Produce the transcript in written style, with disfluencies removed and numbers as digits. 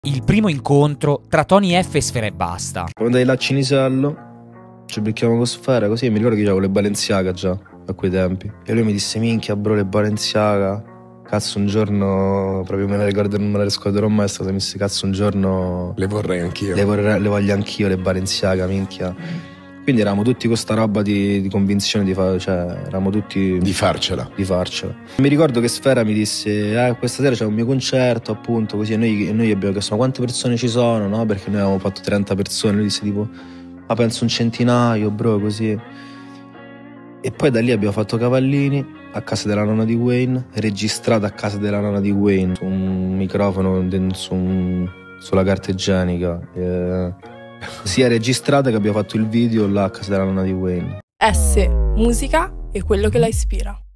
Il primo incontro tra Tony F e Sfera Ebbasta. Quando andai là a Cinisello, ci becchiamo con Sfera, così mi ricordo che io avevo le Balenciaga già a quei tempi. E lui mi disse: minchia bro, le Balenciaga. Cazzo, un giorno, proprio me non me le scorderò mai, sta cosa, mi disse: cazzo, un giorno le vorrei anch'io. Le voglio anch'io le Balenciaga, minchia. Quindi eravamo tutti con sta roba di convinzione cioè eravamo tutti di farcela. Mi ricordo che Sfera mi disse: questa sera c'è un mio concerto, appunto, così, e noi abbiamo chiesto: ma quante persone ci sono, no? Perché noi avevamo fatto 30 persone. Lui disse tipo: ma penso un centinaio, bro, così. E poi da lì abbiamo fatto Cavallini a casa della nonna di Wayne, registrato a casa della nonna di Wayne, su un microfono sulla carta igienica. Sia registrata che abbiamo fatto il video là a casa della nonna di Wayne. S, musica e quello che la ispira.